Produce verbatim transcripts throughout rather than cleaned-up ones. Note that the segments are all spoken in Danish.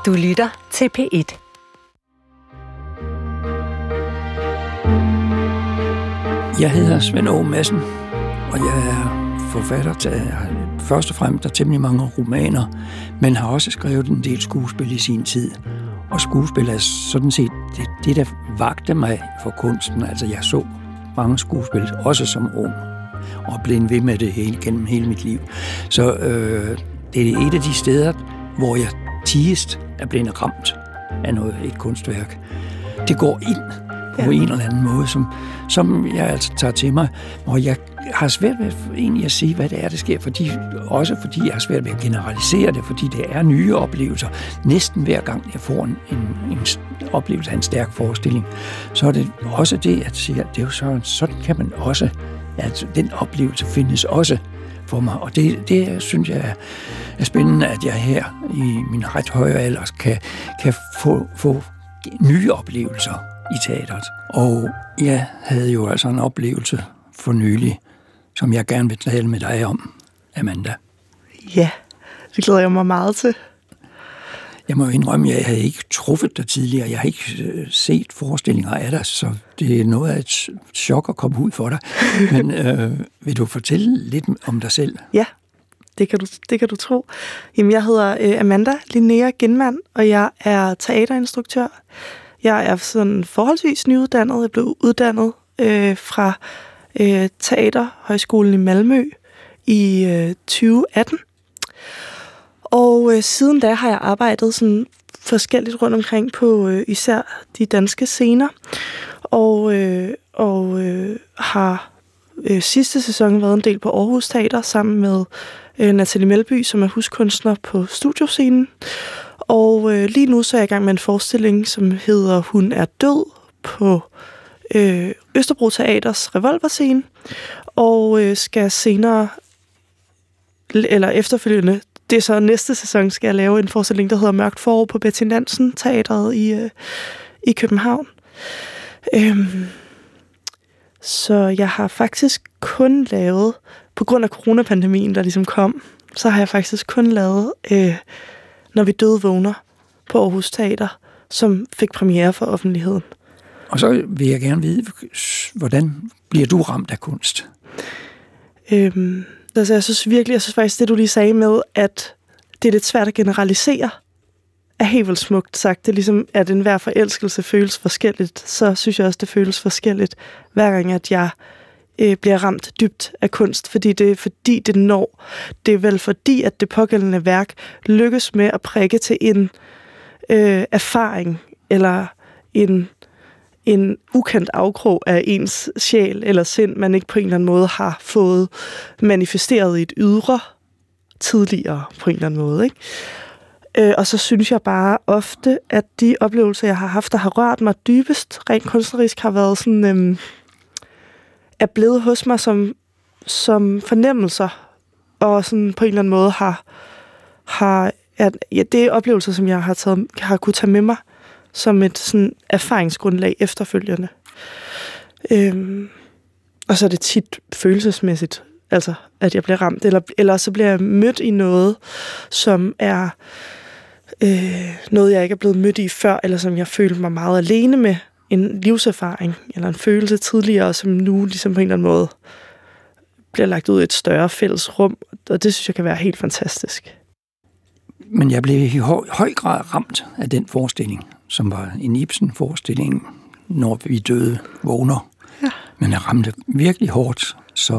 Du lytter til P et. Jeg hedder Svend Åge Madsen, og jeg er forfatter til først og fremmest der temmelig mange romaner, men har også skrevet en del skuespil i sin tid. Og skuespil er sådan set det, det der vagte mig for kunsten. Altså jeg så mange skuespil, også som ung, og blev ved med det hele, gennem hele mit liv. Så øh, det er et af de steder, hvor jeg tigest er blevet ramt af noget, et kunstværk. Det går ind på ja. en eller anden måde, som, som jeg altså tager til mig, hvor jeg har svært ved egentlig at sige, hvad det er, der sker, fordi, også fordi jeg har svært ved at generalisere det, fordi det er nye oplevelser. Næsten hver gang jeg får en, en, en oplevelse af en stærk forestilling, så er det også det, at sige, at det er jo sådan, sådan kan man også, altså den oplevelse findes også for mig, og det, det synes jeg er spændende, at jeg her i min ret høje alder kan, kan få, få nye oplevelser i teateret. Og jeg havde jo altså en oplevelse for nylig, som jeg gerne vil tale med dig om, Amanda. Ja, det glæder jeg mig meget til. Jeg må jo indrømme, at jeg havde ikke truffet dig tidligere. Jeg har ikke set forestillinger af dig, så det er noget af et chok at komme ud for dig. Men øh, vil du fortælle lidt om dig selv? Ja, det kan du, det kan du tro. Jamen, jeg hedder øh, Amanda Linnea Ginman, og jeg er teaterinstruktør. Jeg er sådan forholdsvis nyuddannet. Jeg blev uddannet øh, fra øh, Teaterhøjskolen i Malmø i øh, tyve atten. Og øh, siden da har jeg arbejdet sådan forskelligt rundt omkring på øh, især de danske scener. Og, øh, og øh, har øh, sidste sæson været en del på Aarhus Teater sammen med øh, Nathalie Melby, som er huskunstner på studioscenen. Og øh, lige nu så er jeg i gang med en forestilling, som hedder Hun er død på øh, Østerbro Teaters revolverscene. Og øh, skal senere, eller efterfølgende, det er så næste sæson, skal jeg lave en forestilling, der hedder Mørkt forår på Betty Nansen Teatret i, øh, i København. Øhm, så jeg har faktisk kun lavet, på grund af coronapandemien, der ligesom kom, så har jeg faktisk kun lavet øh, Når vi døde vågner på Aarhus Teater, som fik premiere for offentligheden. Og så vil jeg gerne vide, hvordan bliver du ramt af kunst? Øhm, altså jeg synes virkelig, jeg synes faktisk, det du lige sagde med, at det er lidt svært at generalisere, er helt vildt smukt sagt. Det er ligesom, at enhver forelskelse føles forskelligt, så synes jeg også, det føles forskelligt, hver gang, at jeg øh, bliver ramt dybt af kunst, fordi det er fordi, det når. Det er vel fordi, at det pågældende værk lykkes med at prikke til en øh, erfaring, eller en, en ukendt afkrog af ens sjæl eller sind, man ikke på en eller anden måde har fået manifesteret i et ydre tidligere på en eller anden måde, ikke? Øh, og så synes jeg bare ofte, at de oplevelser, jeg har haft, der har rørt mig dybest, rent kunstnerisk, har været sådan, øhm, er blevet hos mig som, som fornemmelser, og sådan på en eller anden måde har, har at, ja, det er oplevelser, som jeg har, taget, har kunne tage med mig, som et sådan erfaringsgrundlag efterfølgende. Øhm, og så er det tit følelsesmæssigt, altså at jeg bliver ramt, eller, eller så bliver jeg mødt i noget, som er øh, noget, jeg ikke er blevet mødt i før, eller som jeg føler mig meget alene med, en livserfaring, eller en følelse tidligere, som nu ligesom på en eller anden måde bliver lagt ud i et større fælles rum, og det synes jeg kan være helt fantastisk. Men jeg blev i høj, høj grad ramt af den forestilling, som var en Ibsen-forestilling, Når vi døde vågner. Ja. Men jeg ramte virkelig hårdt, så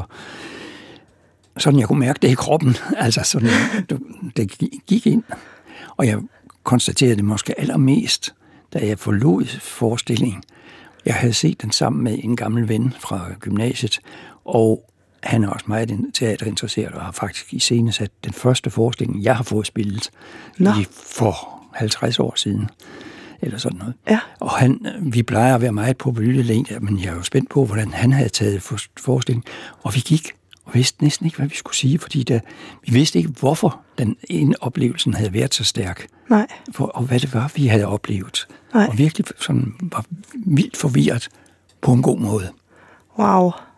sådan jeg kunne mærke det i kroppen. Altså sådan, det gik ind. Og jeg konstaterede det måske allermest, da jeg forlod forestillingen. Jeg havde set den sammen med en gammel ven fra gymnasiet, og han er også meget teaterinteresseret og har faktisk iscenesat den første forestilling, jeg har fået spillet i for halvtreds år siden. Eller sådan noget. Ja. Og han, vi plejer at være meget på bølgelængde, men jeg er jo spændt på, hvordan han havde taget forestillingen. Og vi gik og vidste næsten ikke, hvad vi skulle sige, fordi der, vi vidste ikke, hvorfor den ene oplevelsen havde været så stærk. Nej. For, og hvad det var, vi havde oplevet. Nej. Og virkelig sådan, var vildt forvirret på en god måde. Wow. Ja,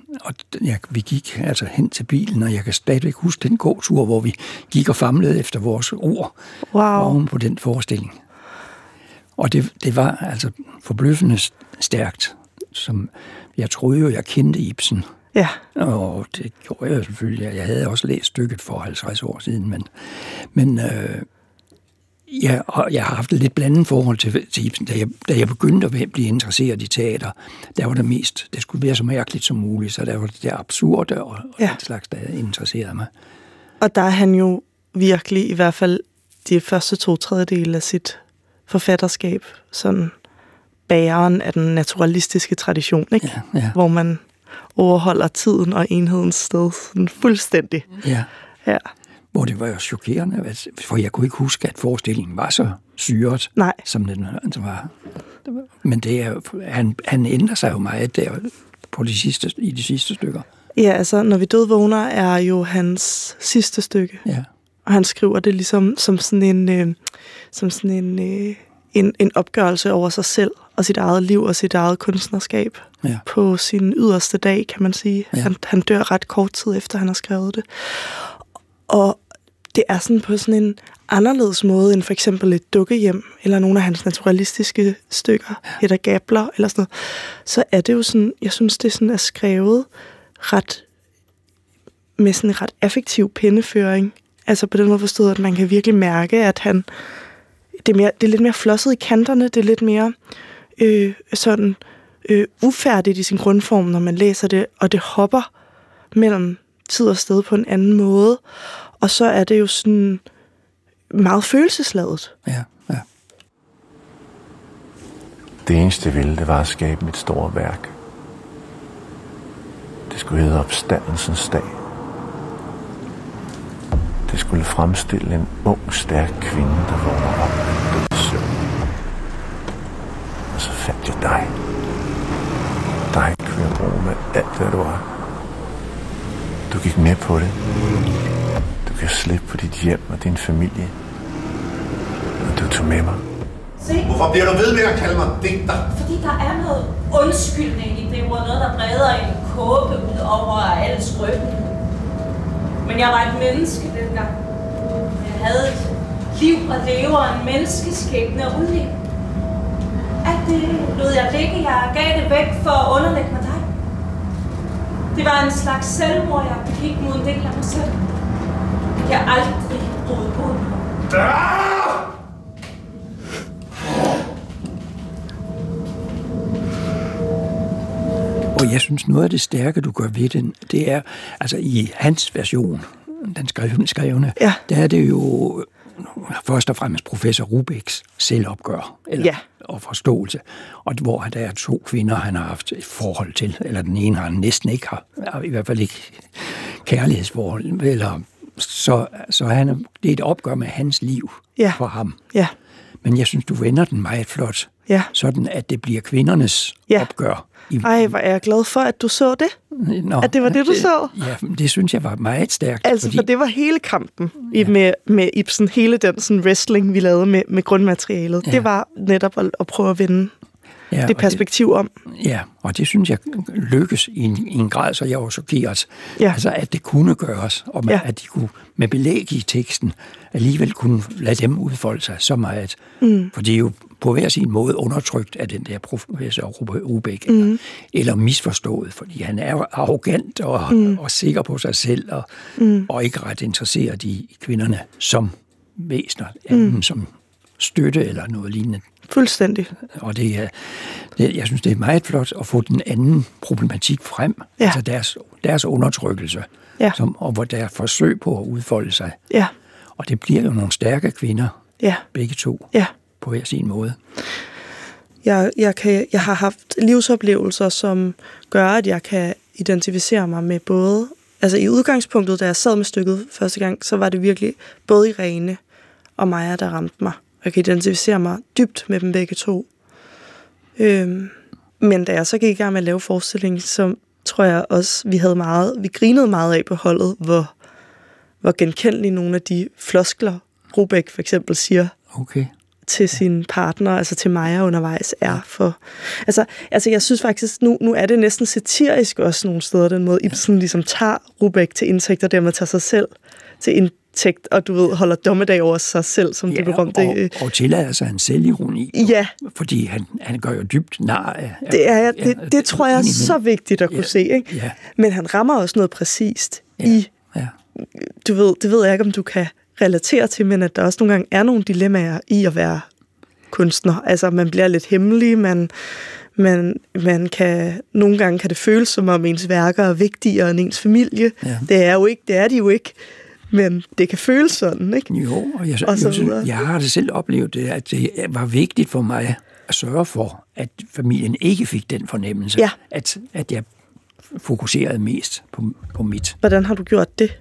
og ja, vi gik altså hen til bilen, og jeg kan stadigvæk huske den gåtur, hvor vi gik og famlede efter vores ord wow. oven på den forestilling. Og det, det var altså forbløffende stærkt, som jeg troede jo, jeg kendte Ibsen. Ja. Og det gjorde jeg selvfølgelig. Jeg havde også læst stykket for halvtreds år siden, men, men øh, ja, og jeg har haft et lidt blandet forhold til, til Ibsen. Da jeg, da jeg begyndte at blive interesseret i teater, der var det mest, det skulle være så mærkeligt som muligt, så der var det der absurde og, og ja. den slags, der interesserede mig. Og der er han jo virkelig, i hvert fald de første to tredjedele af sit forfatterskab, sådan bæreren af den naturalistiske tradition, ikke? Ja, ja. Hvor man overholder tiden og enhedens sted sådan fuldstændig. Ja. Ja. Hvor det var jo chokerende, for jeg kunne ikke huske, at forestillingen var så syret, Nej. som den var. Men det er, han, han ændrer sig jo meget der på de sidste, i de sidste stykker. Ja, altså, Når vi døde vågner er jo hans sidste stykke. Ja. Og han skriver det ligesom som sådan en, øh, som sådan en, øh, en, en opgørelse over sig selv og sit eget liv og sit eget kunstnerskab. Ja. På sin yderste dag, kan man sige. Ja. Han, han dør ret kort tid efter, han har skrevet det. Og det er sådan på sådan en anderledes måde end for eksempel et dukkehjem, eller nogle af hans naturalistiske stykker, Hedda Gabler, eller sådan noget. Så er det jo sådan, jeg synes, det sådan er skrevet ret, med sådan en ret affektiv penneføring. Altså på den måde forstået, at man kan virkelig mærke, at han, det er, mere, det er lidt mere flosset i kanterne, det er lidt mere øh, sådan øh, ufærdigt i sin grundform, når man læser det, og det hopper mellem tid og sted på en anden måde. Og så er det jo sådan meget følelsesladet. Ja, ja. Det eneste jeg ville, det var at skabe mit store værk. Det skulle hedde Opstandelsens dag. Det skulle fremstille en ung, stærk kvinde, der vågner op af en død søvn. Og så fandt jeg dig. Dig, Kyro, med alt, hvad du er. Du gik med på det. Du kan slippe på dit hjem og din familie. Og du tog med mig. Se. Hvorfor bliver du ved med at kalde mig digter? Fordi der er noget undskyldning i det ord. Noget, der breder en kåbe ud over alle skrøben. Men jeg var et menneske dengang. Jeg havde et liv og lever en menneskeskæbne og udliv. Alt det lod jeg ligge. Jeg gav det væk for at underlægge mig dig. Det var en slags selvmord, jeg begik mod en del af mig selv. Jeg har aldrig rådet på den. Og jeg synes, noget af det stærke, du gør ved den, det er, altså i hans version, den skrevne, skrevne ja. der er det jo først og fremmest professor Rubeks selvopgør eller, ja. og forståelse, og hvor der er to kvinder, han har haft et forhold til, eller den ene har han næsten ikke har, i hvert fald ikke kærlighedsforhold, eller så, så han, det er et opgør med hans liv ja. for ham. Ja. Men jeg synes, du vender den meget flot, ja. sådan at det bliver kvindernes ja. opgør. I, Ej, hvor er jeg glad for, at du så det. Nå, at det var det, du så. Ja, det synes jeg var meget stærkt. Altså, fordi... for det var hele kampen ja. med, med Ibsen. Hele den sådan, wrestling, vi lavede med, med grundmaterialet. Ja. Det var netop at, at prøve at vende ja, det perspektiv det, om. Ja, og det synes jeg lykkes i en, i en grad, så jeg var chokeret. Ja. Altså, at det kunne gøres, og ja. at de kunne med belæg i teksten alligevel kunne lade dem udfolde sig så meget. Mm. For det er jo på hver sin måde undertrykt af den der professor Rubek, mm. eller, eller misforstået, fordi han er arrogant og, mm. og sikker på sig selv, og, mm. og ikke ret interesseret i kvinderne som væsener, mm. som støtte eller noget lignende. Fuldstændig. Og det er, det, jeg synes, det er meget flot at få den anden problematik frem, ja. altså deres, deres undertrykkelse, ja. som, og hvor der er forsøg på at udfolde sig. Ja. Og det bliver jo nogle stærke kvinder, ja. begge to, ja. på hver sin måde. Jeg, jeg, kan, jeg har haft livsoplevelser, som gør, at jeg kan identificere mig med både... Altså i udgangspunktet, da jeg sad med stykket første gang, så var det virkelig både Irene og Maja, der ramte mig. Jeg kan identificere mig dybt med dem begge to. Øhm, men da jeg så gik i gang med at lave forestillingen, så tror jeg også, vi havde meget, vi grinede meget af på holdet, hvor, hvor genkendelige nogle af de floskler, Rubek for eksempel siger okay. til sin partner, altså til Maja undervejs, er for... Altså, altså jeg synes faktisk, nu, nu er det næsten satirisk også nogle steder, den måde Ibsen ligesom tager Rubek til indtægt, og dermed tager sig selv til indtægt, og du ved, holder dommedag over sig selv, som ja, det berømte... Og, og tillader sig en selvironi. Ja. Fordi han, han gør jo dybt nar af... Det, er, ja, det, det, det tror jeg er så vigtigt at kunne ja, se, ikke? Ja. Men han rammer også noget præcist ja, i... Ja. Du ved, det ved jeg ikke, om du kan relatere til, men at der også nogle gange er nogle dilemmaer i at være kunstner. Altså, man bliver lidt hemmelig, man, man, man kan, nogle gange kan det føles, som om ens værker er vigtigere end ens familie. Ja. Det er jo ikke, det er de jo ikke, men det kan føles sådan, ikke? Jo, og jeg, og så jeg, synes, jeg har det selv oplevet, det, at det var vigtigt for mig at sørge for, at familien ikke fik den fornemmelse, ja. at, at jeg fokuserede mest på, på mit. Hvordan har du gjort det?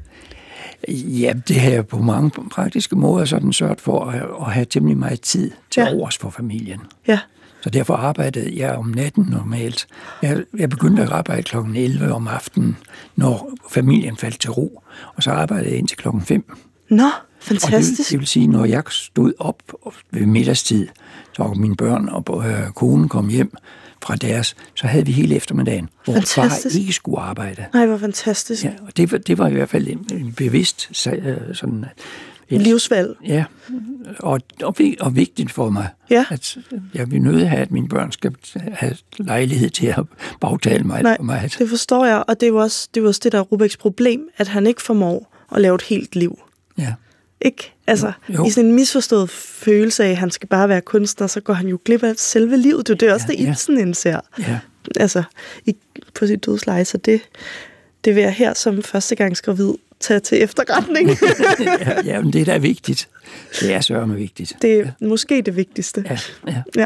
Ja, det har jeg på mange praktiske måder sådan sørget for at, at have temmelig meget tid til ja. overs for familien. Ja. Så derfor arbejdede jeg om natten normalt. Jeg, jeg begyndte at arbejde klokken elleve om aftenen, når familien faldt til ro, og så arbejdede jeg indtil klokken fem. Nå, fantastisk. Og det, det vil sige, når jeg stod op ved middagstid, så var mine børn og øh, konen kom hjem fra deres, så havde vi hele eftermiddagen, hvor far ikke skulle arbejde. Nej, hvor fantastisk. Ja, og det, det var i hvert fald en, en bevidst sådan... Et, livsvalg. Ja, og, og, og vigtigt for mig, ja. at jeg vil nødt have, at mine børn skal have lejlighed til at bagtale mig. Nej, for mig. Det forstår jeg, og det er jo også det, er også det der er Rubeks problem, at han ikke formår at lave et helt liv. Ja. Ikke? Altså, jo, jo. I sådan en misforstået følelse af, at han skal bare være kunstner, så går han jo glip af selve livet. Det er det også, det ja, Ibsen indser. Ja. Altså, i, på sit dødsleje, så det, det vil jeg her som førstegangsgravid tage til efterretning. ja, ja, men det er da vigtigt. Det er sørme vigtigt. Det er ja. måske det vigtigste. Ja, ja. ja.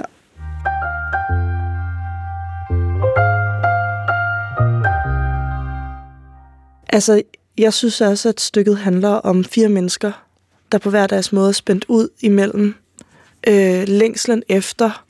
Altså, jeg synes også, at stykket handler om fire mennesker, der på hver deres måde er spændt ud imellem øh, længslen efter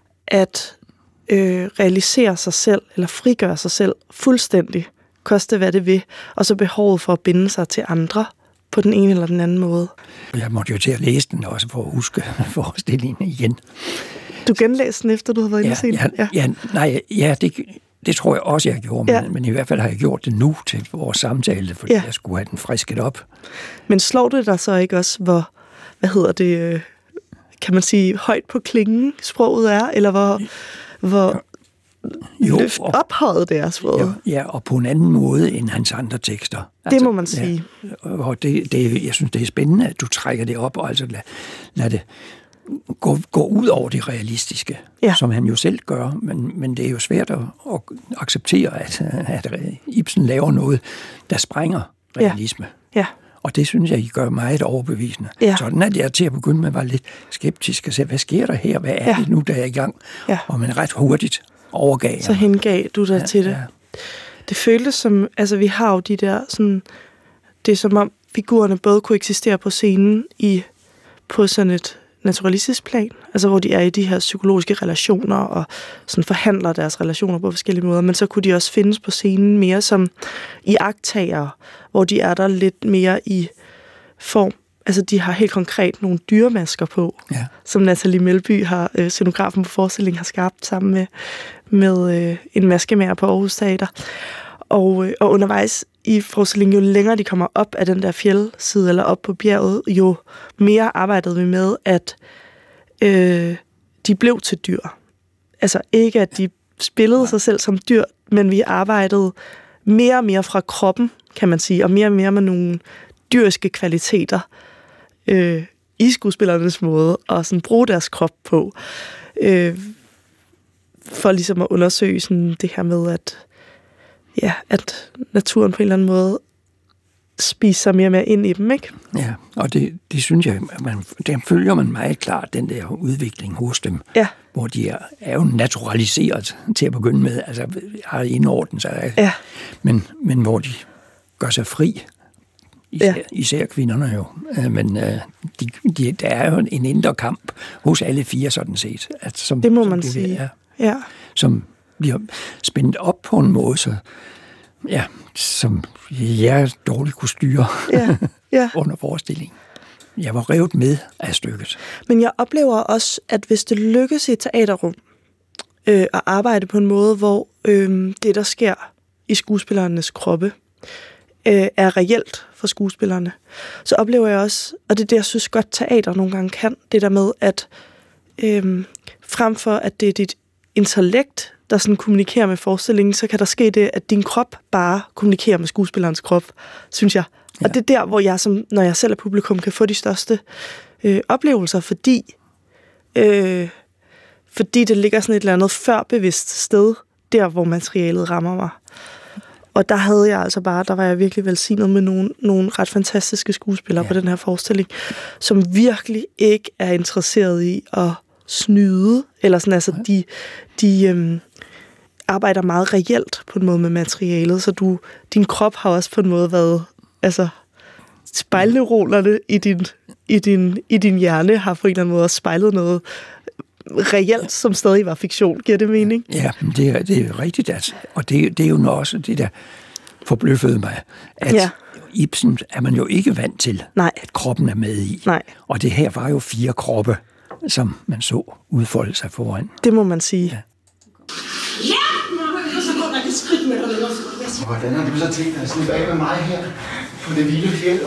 at øh, realisere sig selv, eller frigøre sig selv fuldstændig, koste hvad det vil, og så behovet for at binde sig til andre på den ene eller den anden måde. Jeg måtte jo til at læse den også for at huske forestillingen igen. Du genlæste den efter, du havde været inde ja, og set den? Ja, ja, nej, ja, det, det tror jeg også, jeg gjorde, ja. men, men i hvert fald har jeg gjort det nu til vores samtale, fordi ja. jeg skulle have den frisket op. Men slår det dig så ikke også, hvor, hvad hedder det, kan man sige, højt på klingen sproget er, eller hvor, hvor jo, løft ophøjet det er sproget? Ja, ja, og på en anden måde end hans andre tekster. Det altså, må man sige. Ja, og det, det, jeg synes, det er spændende, at du trækker det op, og altså lad, lad det gå, gå ud over det realistiske, ja. som han jo selv gør, men, men det er jo svært at, at acceptere, at, at Ibsen laver noget, der sprænger realisme. Ja. Ja. Og det synes jeg, I gør meget overbevisende. Ja. Sådan at jeg til at begynde med var lidt skeptisk og sagde, hvad sker der her? Hvad er ja. det nu, der er i gang? Ja. Og man ret hurtigt overgav. Så hengav du dig ja, til det. Ja. Det føltes som, altså vi har jo de der sådan, det er som om figurerne både kunne eksistere på scenen i, på sådan et naturalistisk plan, altså hvor de er i de her psykologiske relationer og sådan forhandler deres relationer på forskellige måder, men så kunne de også findes på scenen mere som iagttagere, hvor de er der lidt mere i form. Altså de har helt konkret nogle dyremasker på, ja. som Nathalie Melby, har, øh, scenografen på forestillingen, har skabt sammen med, med øh, en maskemager på Aarhus Teater. Og, øh, og undervejs i forestillingen, jo længere de kommer op af den der fjeldside, eller op på bjerget, jo mere arbejdede vi med, at øh, de blev til dyr. Altså ikke, at de spillede sig selv som dyr, men vi arbejdede mere og mere fra kroppen, kan man sige, og mere og mere med nogle dyriske kvaliteter øh, i skuespillernes måde, og sådan bruge deres krop på, øh, for ligesom at undersøge sådan det her med, at ja, at naturen på en eller anden måde spiser mere og mere ind i dem, ikke? Ja, og det, det synes jeg, man, den følger man meget klart, den der udvikling hos dem, ja. hvor de er, er jo naturaliseret til at begynde med, altså har indordnet sig, ja. men, men hvor de gør sig fri, især, ja. især kvinderne jo, men de, de, der er jo en indre kamp hos alle fire sådan set. At, som, det må som man det sige, er, ja. Som bliver spændt op på en måde, så, ja, som jeg dårligt kunne styre ja, ja. under forestillingen. jeg var revet med af stykket. Men jeg oplever også, at hvis det lykkes i et teaterrum øh, at arbejde på en måde, hvor øh, det, der sker i skuespillernes kroppe, øh, er reelt for skuespillerne, så oplever jeg også, og det er det, jeg synes godt teater nogle gange kan, det der med, at øh, frem for, at det er dit intellekt, der sådan kommunikerer med forestillingen, så kan der ske det, at din krop bare kommunikerer med skuespillerens krop, synes jeg. Ja. Og det er der, hvor jeg, som, når jeg selv er publikum, kan få de største øh, oplevelser, fordi, øh, fordi det ligger sådan et eller andet førbevidst sted, der hvor materialet rammer mig. Og der havde jeg altså bare, der var jeg virkelig velsignet med nogle, nogle ret fantastiske skuespillere ja. på den her forestilling, som virkelig ikke er interesseret i at snyde, eller sådan, altså de, de øhm, arbejder meget reelt på en måde med materialet, så du, din krop har også på en måde været, altså spejlneurolerne i din, i din, i din hjerne har på en eller anden måde også spejlet noget reelt, som stadig var fiktion. Giver det mening? Ja, det er, det er rigtigt, altså. Og det, det er jo også det, der forbløffede mig, at ja. Ibsen er man jo ikke vant til, Nej. at kroppen er med i. Nej. Og det her var jo fire kroppe, som man så udfolde sig foran. Det må man sige. Ja! Ja! Så går der et skridt med dig. Hvordan har du så tænkt dig at slippe af med mig her på det vilde fjeld?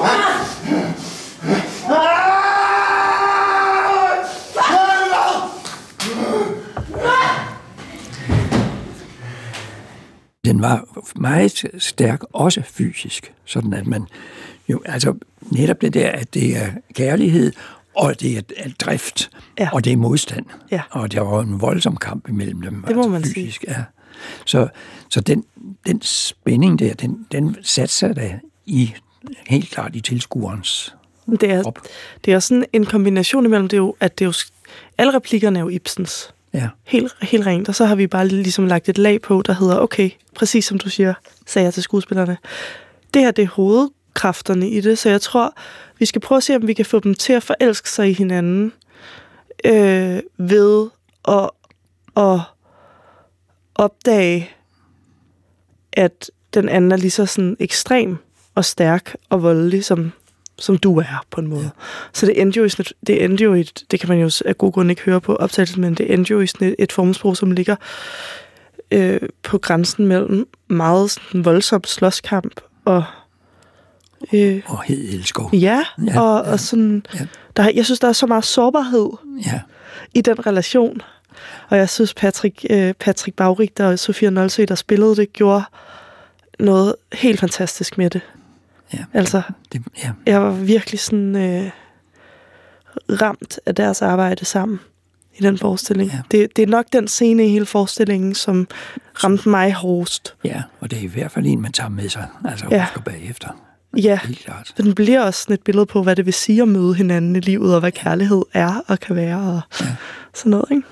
Den var meget stærk, også fysisk, sådan at man jo, altså netop det der, at det er kærlighed, og det er drift, ja. og det er modstand. Ja. Og der var en voldsom kamp imellem dem. Det må altså man fysisk, sige. Ja. Så, så den, den spænding der, den, den satte sig da i, helt klart i tilskuerens det er, krop. Det er sådan en kombination imellem det jo, at det er jo, alle replikkerne er jo Ibsens. Ja. Helt, helt rent. Og så har vi bare ligesom lagt et lag på, der hedder, okay, præcis som du siger, sagde jeg til skuespillerne. Det her, det er hovedkræfterne i det, så jeg tror, vi skal prøve at se, om vi kan få dem til at forelske sig i hinanden øh, ved at, at opdage, at den anden er lige så sådan ekstrem og stærk og voldelig, som, som du er på en måde. Ja. Så det endte jo i, det, endte jo i et, det kan man jo af god grund ikke høre på optagelsen, men det endte jo i sådan et, et formsprog, som ligger øh, på grænsen mellem meget sådan voldsom slåskamp og Øh, og Hedelskov. Ja, ja, og, ja, og sådan, ja. Der, jeg synes, der er så meget sårbarhed ja. i den relation. Og jeg synes, Patrick, øh, Patrick Baurich og Sofia Nolsø, der spillede det, gjorde noget helt fantastisk med det. Ja. Altså, det, ja. jeg var virkelig sådan øh, ramt af deres arbejde sammen i den forestilling. Ja. Det, det er nok den scene i hele forestillingen, som ramte mig hårdest. Ja, og det er i hvert fald en, man tager med sig, altså ja. husker bagefter. Ja, for den bliver også sådan et billede på, hvad det vil sige at møde hinanden i livet, og hvad kærlighed er og kan være, og ja. sådan noget, ikke?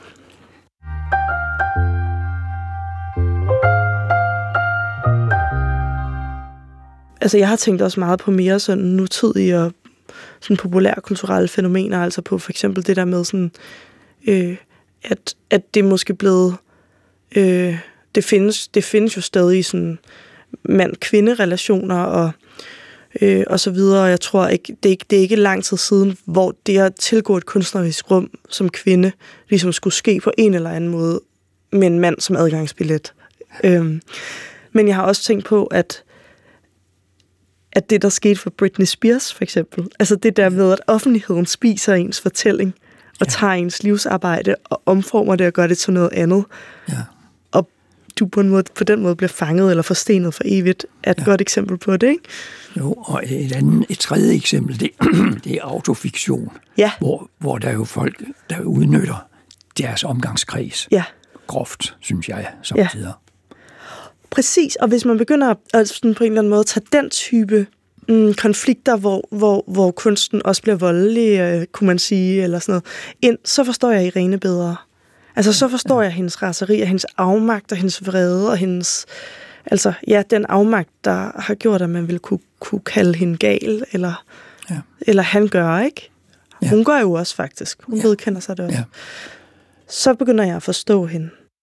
Altså, jeg har tænkt også meget på mere sådan nutidige og sådan populærkulturelle fænomener, altså på for eksempel det der med sådan, øh, at, at det er måske blevet, øh, det findes, det findes jo stadig sådan mand-kvinde-relationer og Øh, og så videre, og jeg tror ikke det, er ikke, det er ikke lang tid siden, hvor det at tilgå et kunstnerisk rum som kvinde, ligesom skulle ske på en eller anden måde, med en mand som adgangsbillet. Øhm, men jeg har også tænkt på, at, at det, der skete for Britney Spears, for eksempel, altså det der med, at offentligheden spiser ens fortælling, og ja. tager ens livsarbejde, og omformer det og gør det til noget andet. Ja. Og du på, en måde, på den måde bliver fanget eller forstenet for evigt, er et ja. godt eksempel på det, ikke? Jo, og et, andet, et tredje eksempel, det, det er autofiktion, ja. hvor, hvor der er jo folk, der udnytter deres omgangskreds ja. groft, synes jeg, samtidig. Ja. Præcis, og hvis man begynder at sådan på en eller anden måde tage den type mm, konflikter, hvor, hvor, hvor kunsten også bliver voldelig, øh, kunne man sige, eller sådan noget, ind, så forstår jeg Irene bedre. Altså, så forstår ja. jeg hendes raseri, og hendes afmagt, og hendes vrede, og hendes... Altså, ja, den afmagt, der har gjort, at man ville kunne, kunne kalde hende gal, eller, ja. eller han gør, ikke? Ja. Hun gør jo også, faktisk. Hun ja. vedkender sig det også. Ja. Så begynder jeg at forstå hende.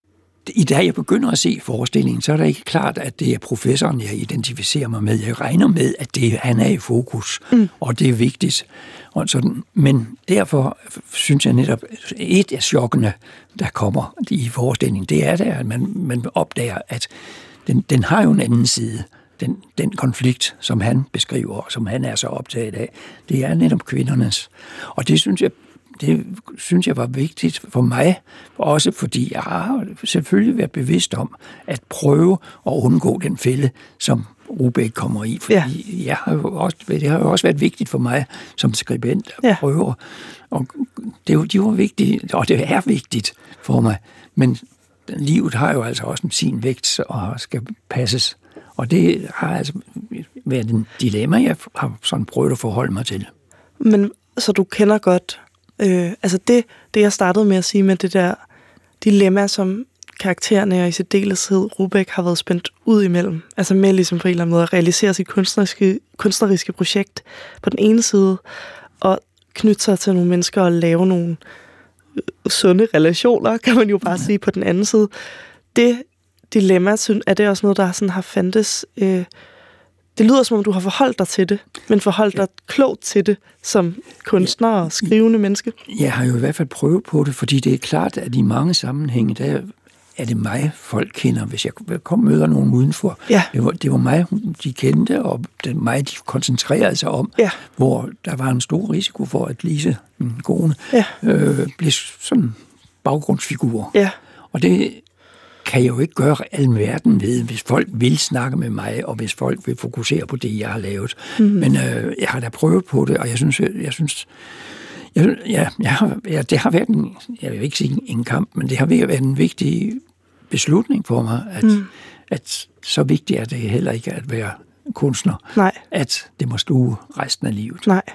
i dag jeg begynder at se forestillingen, så er det ikke klart, at det er professoren, jeg identificerer mig med. Jeg regner med, at det, han er i fokus, mm. og det er vigtigt. Og sådan. Men derfor synes jeg netop, et af chokkene, der kommer i forestillingen, det er det, at man, man opdager, at den, den har jo en anden side. Den, den konflikt, som han beskriver, og som han er så optaget af, det er netop kvindernes. Og det synes jeg, det synes jeg var vigtigt for mig, også fordi jeg har selvfølgelig været bevidst om at prøve at undgå den fælde, som Rubek kommer i. Fordi ja. jeg har jo også, det har jo også været vigtigt for mig som skribent at ja. prøve. Og det, de var vigtige, og det er vigtigt for mig. Men livet har jo altså også sin vægt og skal passes. Og det har altså været en dilemma, jeg har sådan prøvet at forholde mig til. Men så du kender godt, øh, altså det, det jeg startede med at sige med det der dilemma, som karaktererne og i særdeleshed Rubek har været spændt ud imellem. Altså med ligesom på en eller anden måde at realisere sit kunstneriske, kunstneriske projekt på den ene side, og knytte sig til nogle mennesker og lave nogle sunde relationer, kan man jo bare sige på den anden side. Det dilemma, er det også noget, der sådan har fandtes. Øh, det lyder som om, du har forholdt dig til det, men forholdt dig klogt til det som kunstner og skrivende menneske. Jeg har jo i hvert fald prøvet på det, fordi det er klart, at i mange sammenhænge, der er det mig, folk kender. Hvis jeg kom og møder nogen udenfor, ja. det, var, det var mig, de kendte, og det var mig, de koncentrerede sig om, ja. hvor der var en stor risiko for, at Lise, min kone, ja. øh, blev sådan baggrundsfigur. Ja. Og det kan jeg jo ikke gøre alverden ved, hvis folk vil snakke med mig, og hvis folk vil fokusere på det, jeg har lavet. Mm-hmm. Men øh, jeg har da prøvet på det, og jeg synes, jeg, jeg synes, jeg, ja, jeg har, ja, det har været en, jeg vil ikke sige en kamp, men det har været en vigtig beslutning for mig, at, mm. at så vigtigt er det heller ikke at være kunstner, Nej. at det må sluge resten af livet. Nej,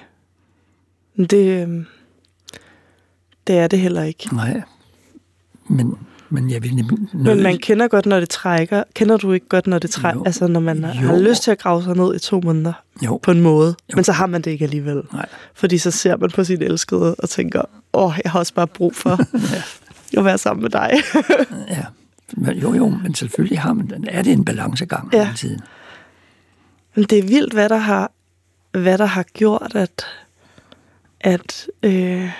det, det er det heller ikke. Nej, men Men, jeg vil nød... Men man kender godt, når det trækker. Kender du ikke godt, når det trækker? Altså, når man jo. har lyst til at grave sig ned i to måneder jo. på en måde. Jo. Men så har man det ikke alligevel. Nej. Fordi så ser man på sin elskede og tænker, åh, jeg har også bare brug for ja. at være sammen med dig. ja, jo jo, men selvfølgelig har man, er det en balancegang ja. hele tiden. Men det er vildt, hvad der har, hvad der har gjort, at, at, øh,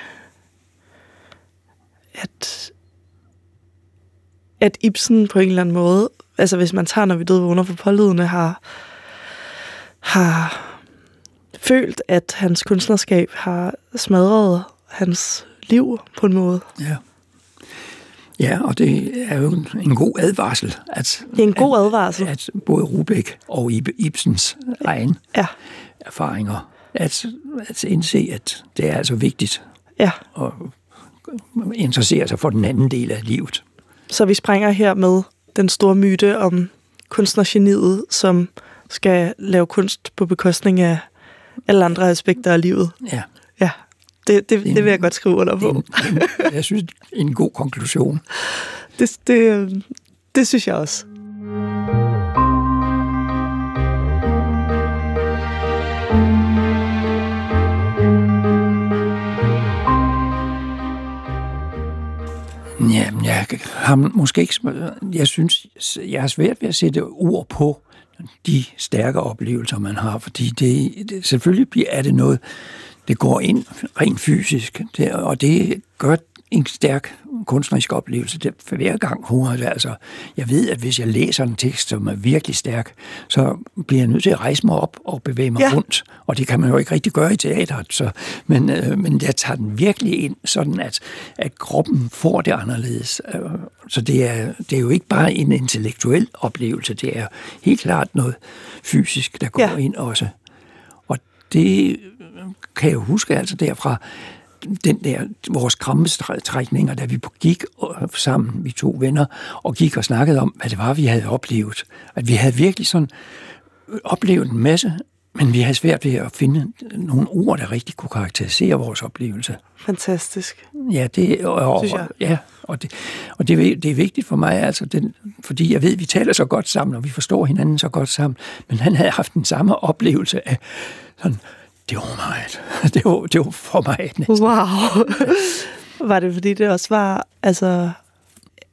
at at Ibsen på en eller anden måde, altså hvis man tager, når vi døde vågner for pålydende, har, har følt, at hans kunstnerskab har smadret hans liv på en måde. Ja. Ja, og det er jo en god advarsel. At, det er en god advarsel. At, at både Rubek og Ibsens egen ja. erfaringer, at, at indse, at det er altså vigtigt ja. at interessere sig for den anden del af livet. Så vi springer her med den store myte om kunstnergeniet, som skal lave kunst på bekostning af alle andre aspekter af livet. Ja. Ja, det, det, det, det vil jeg godt skrive under på. En, en, jeg synes, det er en god konklusion. Det, det, det synes jeg også. Ja, jeg har måske ikke... Jeg synes, jeg har svært ved at sætte ord på de stærke oplevelser, man har, fordi det, det selvfølgelig er det noget, det går ind rent fysisk, det, og det gør en stærk kunstnerisk oplevelse. Det, for hver gang hun har det, altså, jeg ved, at hvis jeg læser en tekst, som er virkelig stærk, så bliver jeg nødt til at rejse mig op og bevæge mig ja. rundt, og det kan man jo ikke rigtig gøre i teateret, så, men, øh, men jeg tager den virkelig ind, sådan at, at kroppen får det anderledes. Så det er, det er jo ikke bare en intellektuel oplevelse, det er helt klart noget fysisk, der går ja. ind også. Og det kan jeg jo huske altså derfra, den der, vores krampetrækninger, da vi gik sammen, vi to venner, og gik og snakkede om, hvad det var, vi havde oplevet. At vi havde virkelig sådan oplevet en masse, men vi havde svært ved at finde nogle ord, der rigtig kunne karakterisere vores oplevelse. Fantastisk. Ja, det, og, og, ja, og, det, og det, det er vigtigt for mig, altså den, fordi jeg ved, at vi taler så godt sammen, og vi forstår hinanden så godt sammen, men han havde haft den samme oplevelse af sådan, det var meget. Det var, det var for mig næsten. Wow. Var det, fordi det også var, altså,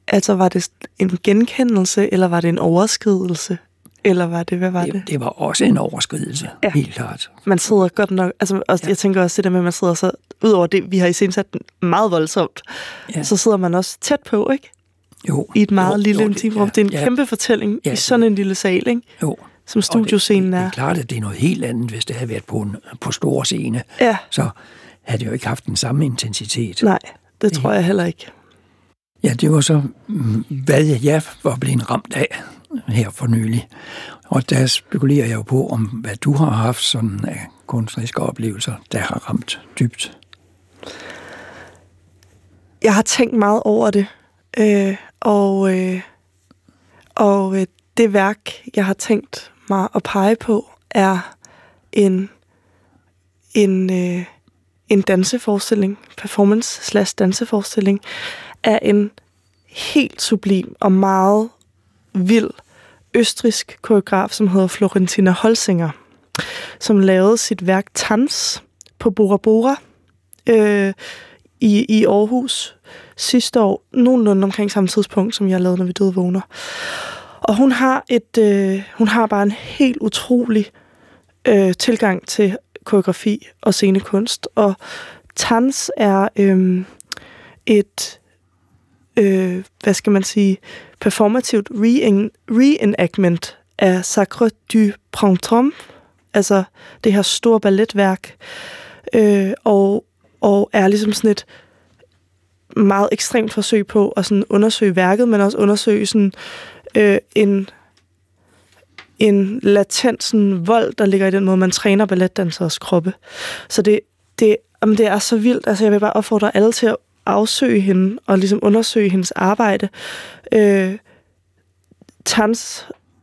Altså, var det en genkendelse, eller var det en overskridelse? Eller var det, hvad var det? Det, det var også en overskridelse, ja. Helt klart. Man sidder godt nok, altså også, ja. Jeg tænker også det der med, at man sidder så, udover det, vi har iscenesat meget voldsomt, ja. Så sidder man også tæt på, ikke? Jo. I et meget jo, lille jo, intimrum. Ja, det er en ja. kæmpe fortælling ja, i sådan en lille sal, ikke? Jo. Som studioscenen er. Det, det er klart, at det er noget helt andet, hvis det havde været på en på stor scene. Ja. Så havde det jo ikke haft den samme intensitet. Nej, det tror jeg heller ikke. Ja, det var så, hvad jeg var blevet ramt af her for nylig. Og der spekulerer jeg jo på, om hvad du har haft sådan af kunstneriske oplevelser, der har ramt dybt. Jeg har tænkt meget over det, øh, og, øh, og øh, det værk, jeg har tænkt mig at pege på, er en, en, øh, en danseforestilling, performance slash danseforestilling, af en helt sublim og meget vild østrigsk koreograf, som hedder Florentina Holzinger, som lavede sit værk Tanz på Bora Bora øh, i, i Aarhus sidste år, nogenlunde omkring samme tidspunkt, som jeg lavede, Når vi døde vågner. Og hun har, et, øh, hun har bare en helt utrolig øh, tilgang til koreografi og scenekunst, og Tanz er øh, et Øh, hvad skal man sige, performativt reenactment af Sacre du Printemps, altså det her store balletværk, øh, og, og er ligesom sådan et meget ekstremt forsøg på at sådan undersøge værket, men også undersøge sådan, øh, en, en latent sådan vold, der ligger i den måde, man træner balletdanseres kroppe. Så det, det, jamen, det er så vildt. Altså, jeg vil bare opfordre alle til at afsøge hende og ligesom undersøge hendes arbejde. Øh, Tanz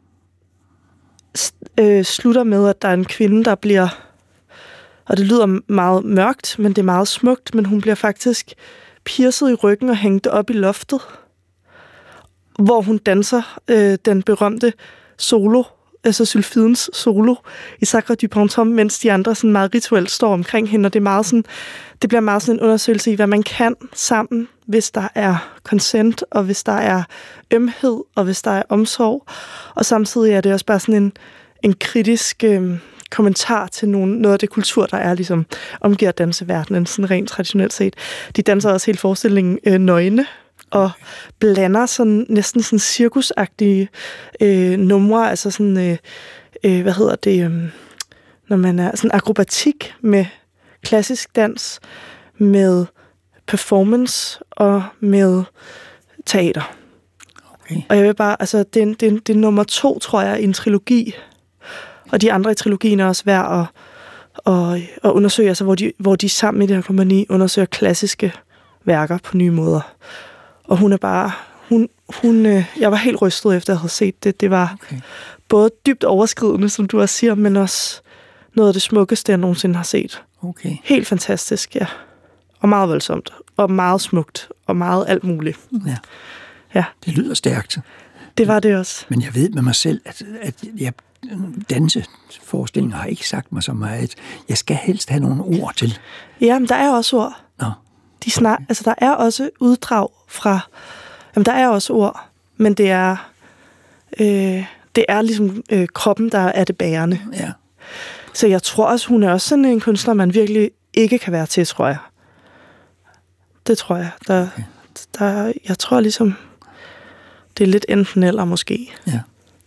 øh, slutter med, at der er en kvinde, der bliver, og det lyder meget mørkt, men det er meget smukt, men hun bliver faktisk piercet i ryggen og hængt op i loftet, hvor hun danser øh, den berømte solo, altså Sylfidens solo i Sacre du Printemps, mens de andre sådan meget rituelt står omkring hende, og det er meget sådan, det bliver meget sådan en undersøgelse i, hvad man kan sammen, hvis der er consent, og hvis der er ømhed, og hvis der er omsorg. Og samtidig er det også bare sådan en, en kritisk øh, kommentar til nogle, noget af det kultur, der er ligesom omgiver danseverdenen, sådan rent traditionelt set. De danser også hele forestillingen øh, nøgne, og blander sådan næsten sådan cirkusagtige øh, numre, altså sådan, øh, øh, hvad hedder det, øh, når man er sådan akrobatik med klassisk dans, med performance og med teater. Okay. Og jeg vil bare, altså det er, det, er, det er nummer to, tror jeg, i en trilogi, og de andre i trilogien er også værd at, at, at undersøge, altså hvor de, hvor de sammen i det her kompagni undersøger klassiske værker på nye måder. Og hun er bare, hun, hun, øh, jeg var helt rystet efter, at jeg havde set det. Det var okay. Både dybt overskridende, som du også siger, men også noget af det smukkeste, jeg nogensinde har set. Okay. Helt fantastisk, ja. Og meget voldsomt, og meget smukt, og meget alt muligt. Ja. Ja. Det lyder stærkt. Det var det også. Men jeg ved med mig selv, at, at jeg, danseforestillinger har ikke sagt mig så meget. Jeg skal helst have nogle ord til. Ja, men der er også ord. Nå. De snak, altså der er også uddrag fra, jamen der er også ord, men det er, øh, det er ligesom øh, kroppen, der er det bærende. Ja. Så jeg tror også, hun er også sådan en kunstner, man virkelig ikke kan være til, tror jeg. Det tror jeg. Der, okay. der, jeg tror ligesom, det er lidt enten eller måske. Ja.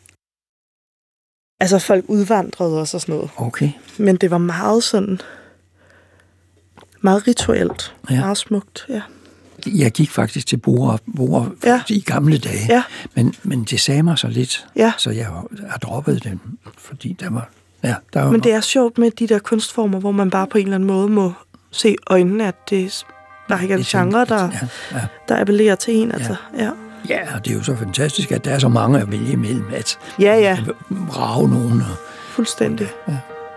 Altså folk udvandrede også og sådan noget. Okay. Men det var meget sådan, meget rituelt. Ja. Meget smukt, ja. Jeg gik faktisk til Bora, Bora ja. i gamle dage, ja. men, men det sagde mig så lidt, ja. så jeg har droppet den, fordi der var... Ja, der var men det er sjovt med de der kunstformer, hvor man bare på en eller anden måde må se øjnene, at det der ikke er en genre, der, ja, ja. der appellerer til en. Altså. Ja. Ja. ja, og det er jo så fantastisk, at der er så mange at vælge imellem, at ja, ja. rage nogen. Og, fuldstændig. Ja.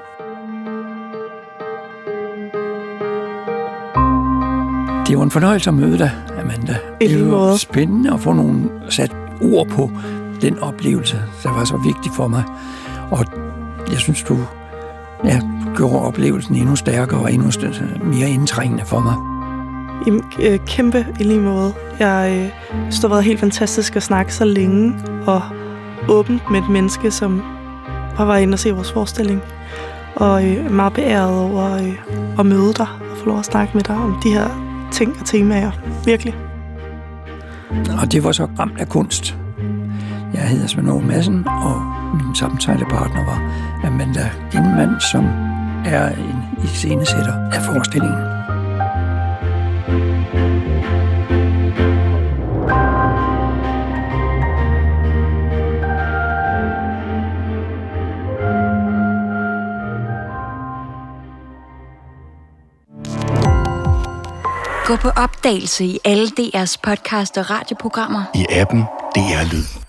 Det var en fornøjelse at møde dig, Amanda. Det var spændende at få nogle sat ord på den oplevelse, der var så vigtig for mig. Og jeg synes, du ja, gjorde oplevelsen endnu stærkere og endnu mere indtrængende for mig. Jamen, øh, kæmpe i lige måde. Jeg øh, synes, det har været helt fantastisk at snakke så længe og åbent med et menneske, som bare var inde og se vores forestilling. Og øh, meget beæret over øh, at møde dig og få lov at snakke med dig om de her ting og temaer. Virkelig. Og det var så ramt af kunst. Jeg hedder Svend Aage Madsen, og min samtalepartner var Amanda Ginman, som er en iscenesætter af forestillingen. Gå på opdagelse i alle D R's podcast og radioprogrammer. I appen D R Lyd.